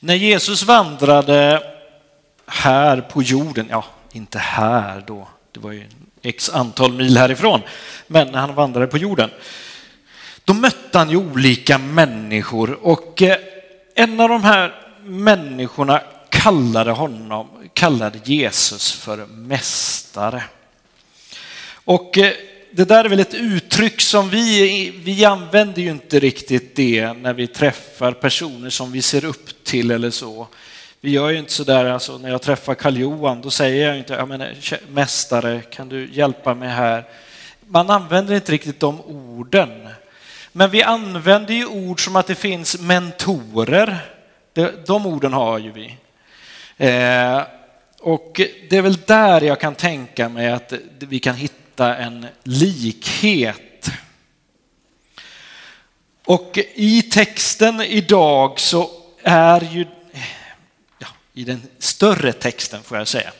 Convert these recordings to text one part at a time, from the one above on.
När Jesus vandrade här på jorden, ja inte här då, det var ju x antal mil härifrån, men när han vandrade på jorden, då mötte han ju olika människor och en av de här människorna kallade Jesus för mästare. Och det där är väl ett uttryck som vi använder ju inte riktigt det när vi träffar personer som vi ser upp till eller så. Vi gör ju inte så där, alltså när jag träffar Karl Johan då säger jag inte, jag menar, mästare kan du hjälpa mig här. Man använder inte riktigt de orden. Men vi använder ju ord som att det finns mentorer. De orden har ju vi. Och det är väl där jag kan tänka mig att vi kan hitta en likhet. Och i texten idag så är ju, i den större texten får jag säga,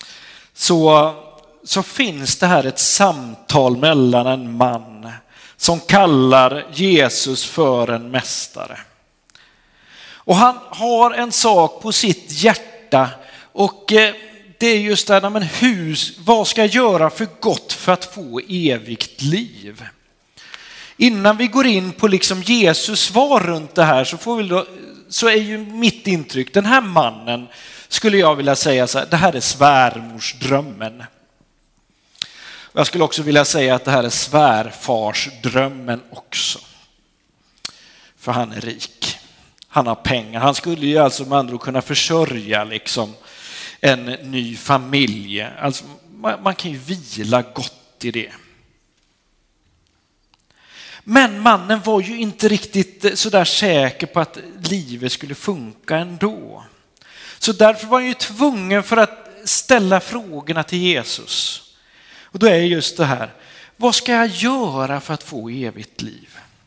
så finns det här ett samtal mellan en man som kallar Jesus för en mästare. Och han har en sak på sitt hjärta och det är just det här, men vad ska jag göra för gott för att få evigt liv? Innan vi går in på liksom Jesus svar runt det här så är ju mitt intryck, den här mannen skulle jag vilja säga så här, det här är svärmorsdrömmen. Jag skulle också vilja säga att det här är svärfarsdrömmen också. För han är rik. Han har pengar. Han skulle ju alltså med andra kunna försörja liksom en ny familj. Alltså man kan ju vila gott i det. Men mannen var ju inte riktigt så där säker på att livet skulle funka ändå. Så därför var han ju tvungen för att ställa frågorna till Jesus. Och då är just det här, vad ska jag göra för att få evigt liv?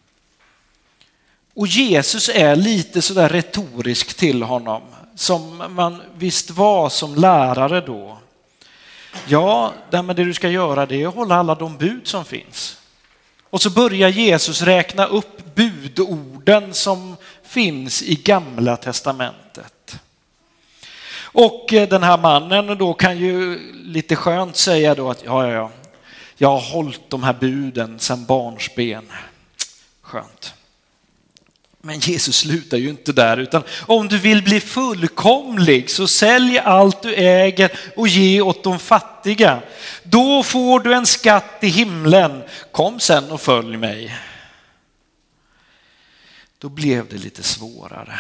Och Jesus är lite så där retorisk till honom, som man visst var som lärare då. Ja, det du ska göra det är att hålla alla de bud som finns. Och så börjar Jesus räkna upp budorden som finns i Gamla testamentet. Och den här mannen då kan ju lite skönt säga då att ja, jag har hållit de här buden sedan barnsben. Skönt. Men Jesus slutar ju inte där, utan om du vill bli fullkomlig så sälj allt du äger och ge åt de fattiga. Då får du en skatt i himlen. Kom sen och följ mig. Då blev det lite svårare.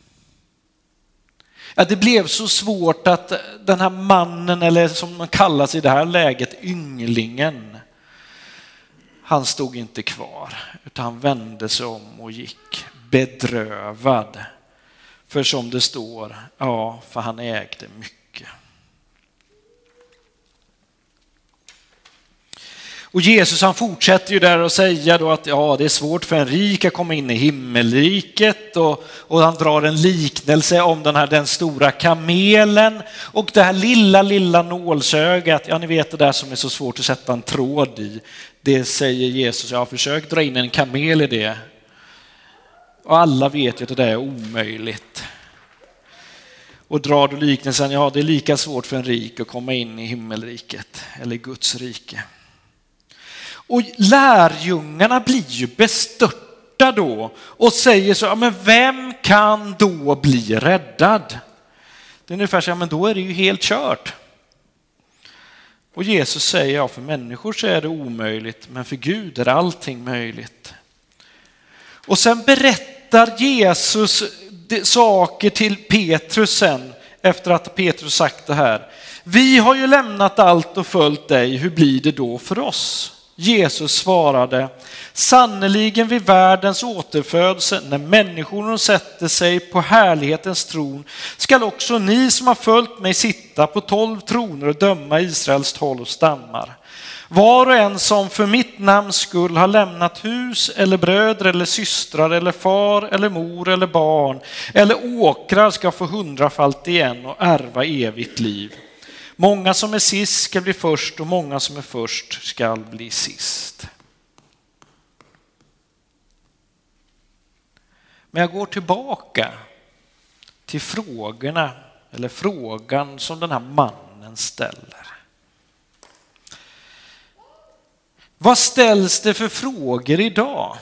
Ja, det blev så svårt att den här mannen, eller som man kallas i det här läget, ynglingen, han stod inte kvar utan han vände sig om och gick bedrövad. För som det står, ja, för han ägde mycket. Och Jesus han fortsätter ju där och säga då att ja, det är svårt för en rik att komma in i himmelriket och han drar en liknelse om den stora kamelen och det här lilla nålsögat, ja ni vet det där som är så svårt att sätta en tråd i. Det säger Jesus, jag har försökt dra in en kamel i det. Och alla vet ju att det där är omöjligt. Och drar du liknelsen, ja det är lika svårt för en rik att komma in i himmelriket eller Guds rike. Och lärjungarna blir ju bestörta då och säger så, ja, men vem kan då bli räddad? Det är ungefär så, ja, men då är det ju helt kört. Och Jesus säger, ja för människor så är det omöjligt, men för Gud är allting möjligt. Och sen berättar Jesus saker till Petrus sen, efter att Petrus sagt det här. Vi har ju lämnat allt och följt dig, hur blir det då för oss? Jesus svarade, sannoliken vid världens återfödelse, när människorna sätter sig på härlighetens tron, skall också ni som har följt mig sitta på 12 troner och döma Israels 12 stammar. Var och en som för mitt namns skull har lämnat hus eller bröder eller systrar eller far eller mor eller barn eller åkrar ska få 100-falt igen och ärva evigt liv. Många som är sist ska bli först och många som är först ska bli sist. Men jag går tillbaka till frågorna eller frågan som den här mannen ställer. Vad ställs det för frågor idag?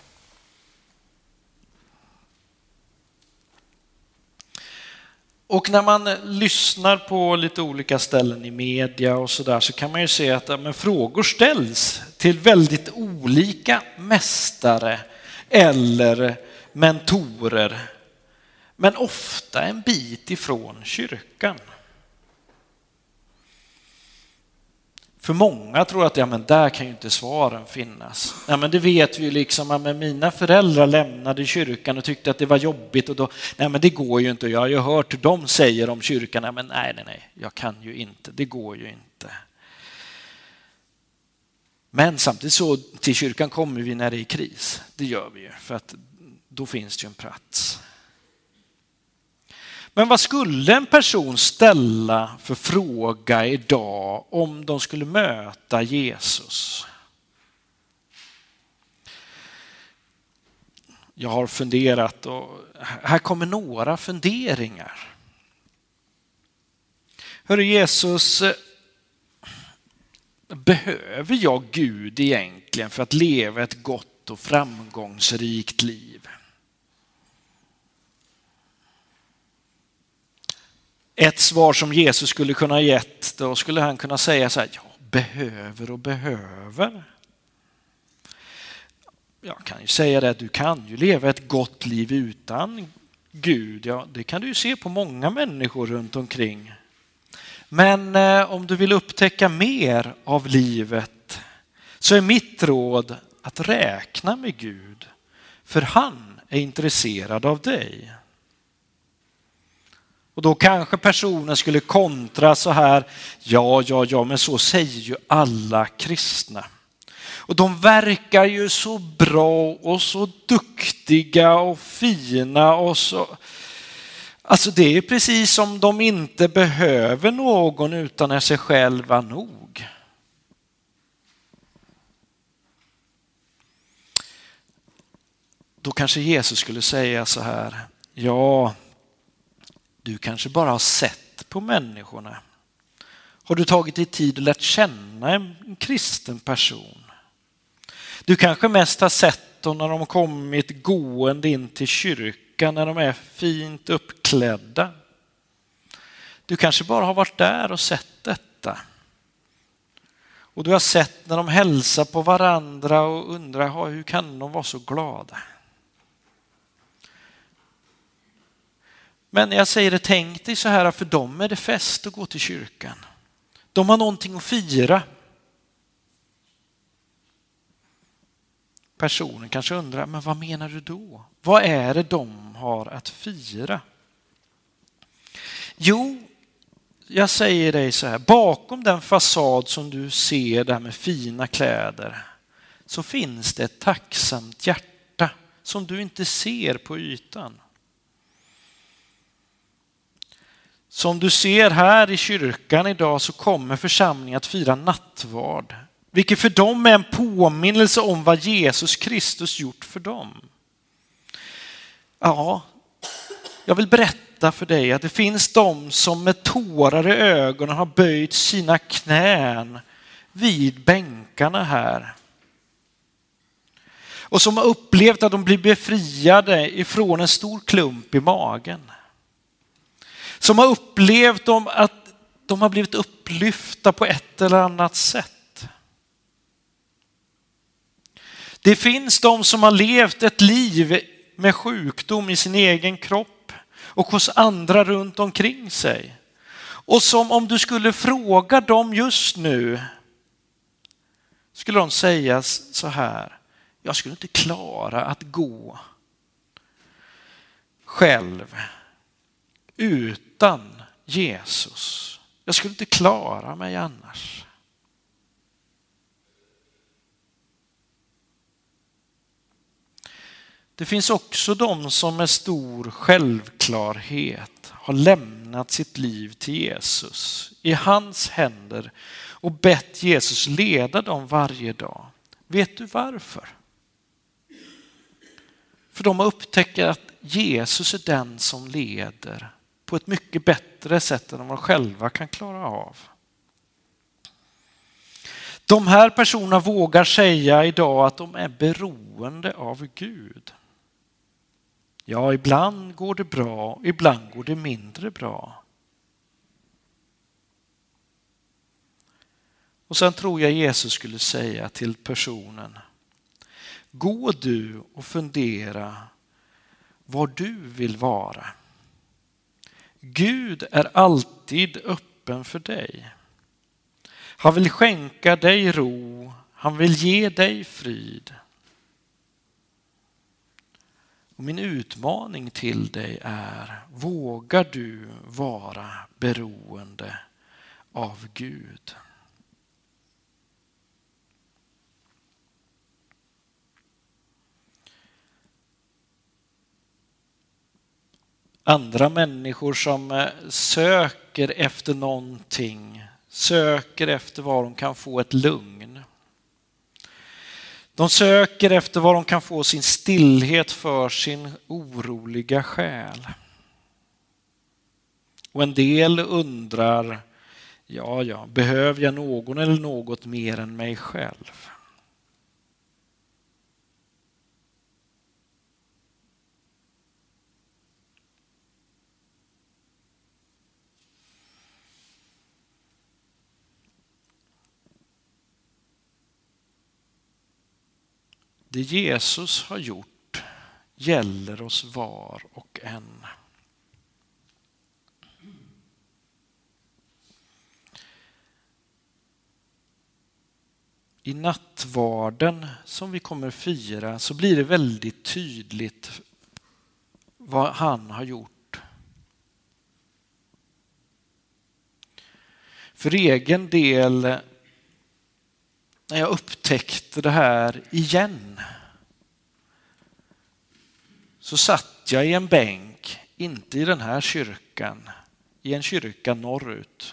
Och när man lyssnar på lite olika ställen i media och så där, så kan man ju se att frågor ställs till väldigt olika mästare eller mentorer, men ofta en bit ifrån kyrkan. För många tror att där kan ju inte svaren finnas. Men det vet vi ju liksom, mina föräldrar lämnade kyrkan och tyckte att det var jobbigt och då, det går ju inte. Jag har ju hört hur de säger om kyrkan, nej, jag kan ju inte, det går ju inte. Men samtidigt så till kyrkan kommer vi när det är kris. Det gör vi ju, för att då finns det ju en plats. Men vad skulle en person ställa för fråga idag om de skulle möta Jesus? Jag har funderat och här kommer några funderingar. Hörru Jesus, behöver jag Gud egentligen för att leva ett gott och framgångsrikt liv? Ett svar som Jesus skulle kunna gett, då skulle han kunna säga så här: ja, behöver och behöver. Jag kan ju säga det att du kan ju leva ett gott liv utan Gud. Ja, det kan du ju se på många människor runt omkring. Men om du vill upptäcka mer av livet så är mitt råd att räkna med Gud. För han är intresserad av dig. Och då kanske personen skulle kontra så här: ja, men så säger ju alla kristna. Och de verkar ju så bra och så duktiga och fina och så. Alltså det är precis som de inte behöver någon utan är sig själva nog. Då kanske Jesus skulle säga så här: ja, du kanske bara har sett på människorna. Har du tagit dig tid att lärt känna en kristen person? Du kanske mest har sett dem när de kommit gående in till kyrkan, när de är fint uppklädda. Du kanske bara har varit där och sett detta. Och du har sett när de hälsar på varandra och undrar hur kan de vara så glada? Men jag säger det, tänk dig så här, för dem är det fest att gå till kyrkan. De har någonting att fira. Personen kanske undrar, men vad menar du då? Vad är det de har att fira? Jo, jag säger dig så här, bakom den fasad som du ser där med fina kläder så finns det ett tacksamt hjärta som du inte ser på ytan. Som du ser här i kyrkan idag så kommer församlingen att fira nattvard. Vilket för dem är en påminnelse om vad Jesus Kristus gjort för dem. Ja, jag vill berätta för dig att det finns de som med tårar i ögonen har böjt sina knän vid bänkarna här. Och som har upplevt att de blir befriade ifrån en stor klump i magen. Som har upplevt att de har blivit upplyfta på ett eller annat sätt. Det finns de som har levt ett liv med sjukdom i sin egen kropp och hos andra runt omkring sig. Och som om du skulle fråga dem just nu skulle de säga så här: jag skulle inte klara att gå själv utan Jesus. Jag skulle inte klara mig annars. Det finns också de som med stor självklarhet har lämnat sitt liv till Jesus i hans händer och bett Jesus leda dem varje dag. Vet du varför? För de har upptäckt att Jesus är den som leder på ett mycket bättre sätt än de själva kan klara av. De här personerna vågar säga idag att de är beroende av Gud. Ja, ibland går det bra, ibland går det mindre bra. Och sen tror jag Jesus skulle säga till personen: gå du och fundera var du vill vara. Gud är alltid öppen för dig. Han vill skänka dig ro, han vill ge dig frid. Och min utmaning till dig är: vågar du vara beroende av Gud? Andra människor som söker efter någonting, söker efter var de kan få ett lugn. De söker efter var de kan få sin stillhet för sin oroliga själ. Och en del undrar, behöver jag någon eller något mer än mig själv? Det Jesus har gjort gäller oss var och en. I nattvarden som vi kommer fira så blir det väldigt tydligt vad han har gjort. För egen del, när jag upptäckte det här igen, så satt jag i en bänk, inte i den här kyrkan, i en kyrka norrut,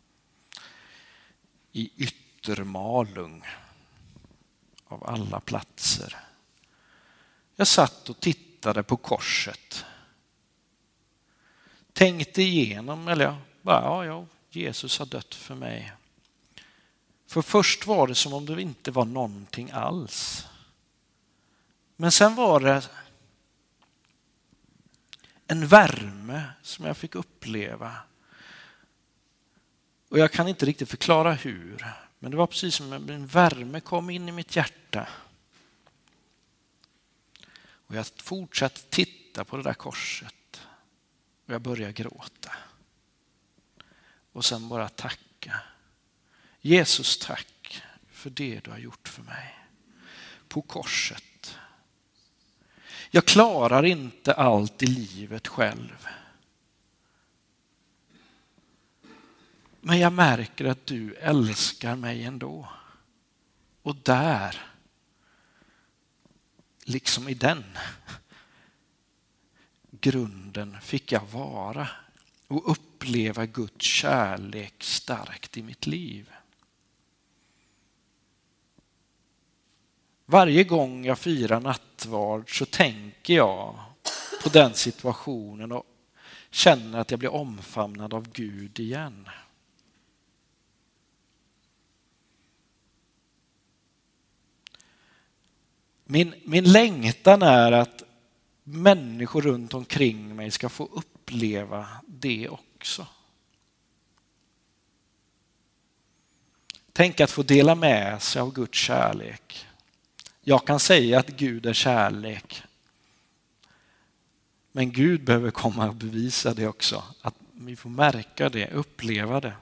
i Yttermalung av alla platser. Jag satt och tittade på korset. Tänkte igenom, Jesus har dött för mig. För först var det som om det inte var någonting alls. Men sen var det en värme som jag fick uppleva. Och jag kan inte riktigt förklara hur. Men det var precis som en värme kom in i mitt hjärta. Och jag fortsatte titta på det där korset. Och jag började gråta. Och sen bara tacka. Jesus, tack för det du har gjort för mig på korset. Jag klarar inte allt i livet själv. Men jag märker att du älskar mig ändå. Och där, liksom i den grunden, fick jag vara och uppleva Guds kärlek starkt i mitt liv. Varje gång jag firar nattvard så tänker jag på den situationen och känner att jag blir omfamnad av Gud igen. Min längtan är att människor runt omkring mig ska få uppleva det också. Tänk att få dela med sig av Guds kärlek. Jag kan säga att Gud är kärlek. Men Gud behöver komma och bevisa det också. Att vi får märka det, uppleva det.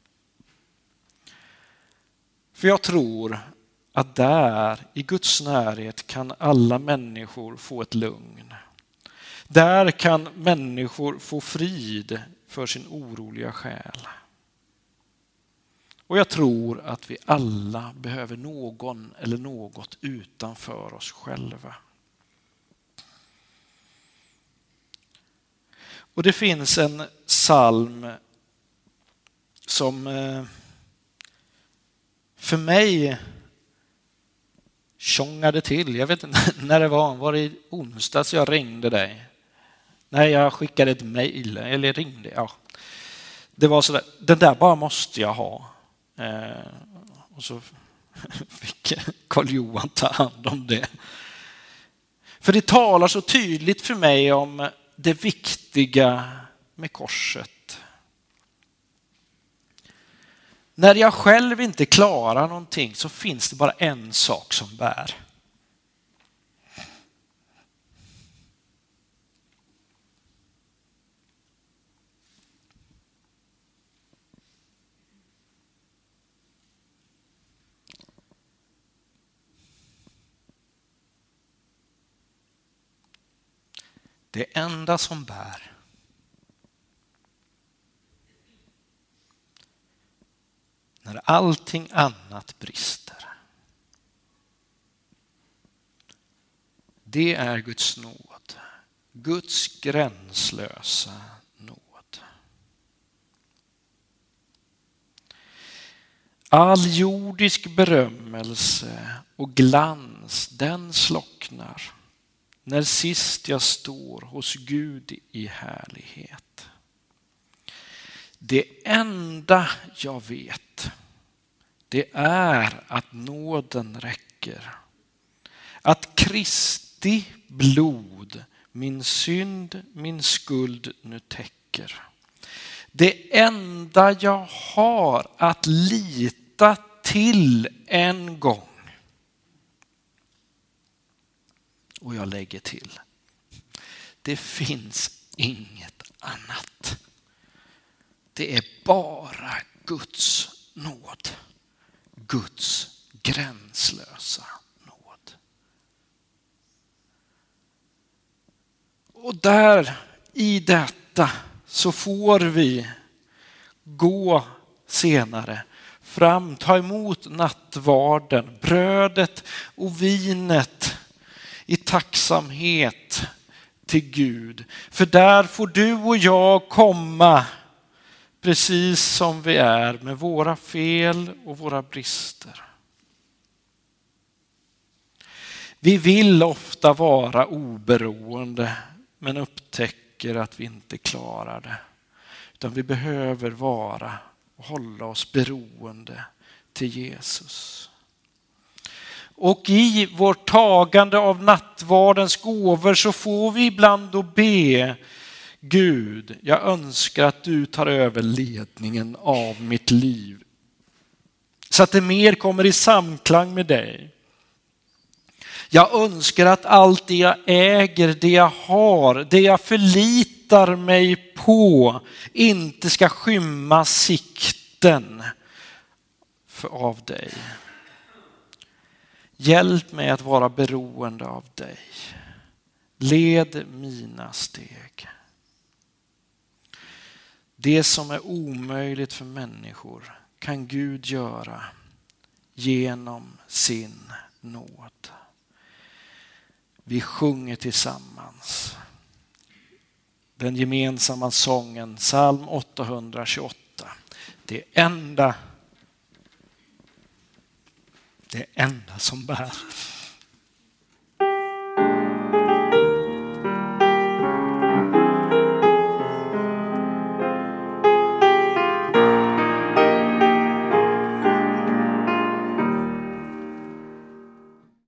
För jag tror att där i Guds närhet kan alla människor få ett lugn. Där kan människor få frid för sin oroliga själ. Och jag tror att vi alla behöver någon eller något utanför oss själva. Och det finns en psalm som för mig tjongade till. Jag vet inte när det var i onsdags jag ringde dig. Nej, jag skickade ett mejl eller ringde. Ja. Det var sådär, den där bara måste jag ha. Och så fick Karl-Johan ta hand om det. För det talar så tydligt för mig om det viktiga med korset. När jag själv inte klarar någonting så finns det bara en sak som bär. Det enda som bär. När allting annat brister. Det är Guds nåd. Guds gränslösa nåd. All jordisk berömmelse och glans, den slocknar när sist jag står hos Gud i härlighet. Det enda jag vet, det är att nåden räcker. Att Kristi blod min synd, min skuld nu täcker. Det enda jag har att lita till en gång. Och jag lägger till. Det finns inget annat. Det är bara Guds nåd. Guds gränslösa nåd. Och där i detta så får vi gå senare fram, ta emot nattvarden, brödet och vinet i tacksamhet till Gud. För där får du och jag komma precis som vi är med våra fel och våra brister. Vi vill ofta vara oberoende men upptäcker att vi inte klarar det. Utan vi behöver vara och hålla oss beroende till Jesus. Och i vårt tagande av nattvardens gåvor så får vi ibland då be Gud, jag önskar att du tar över ledningen av mitt liv. Så att det mer kommer i samklang med dig. Jag önskar att allt det jag äger, det jag har, det jag förlitar mig på inte ska skymma sikten av dig. Hjälp mig att vara beroende av dig. Led mina steg. Det som är omöjligt för människor kan Gud göra genom sin nåd. Vi sjunger tillsammans den gemensamma sången, psalm 828. Det enda som bär.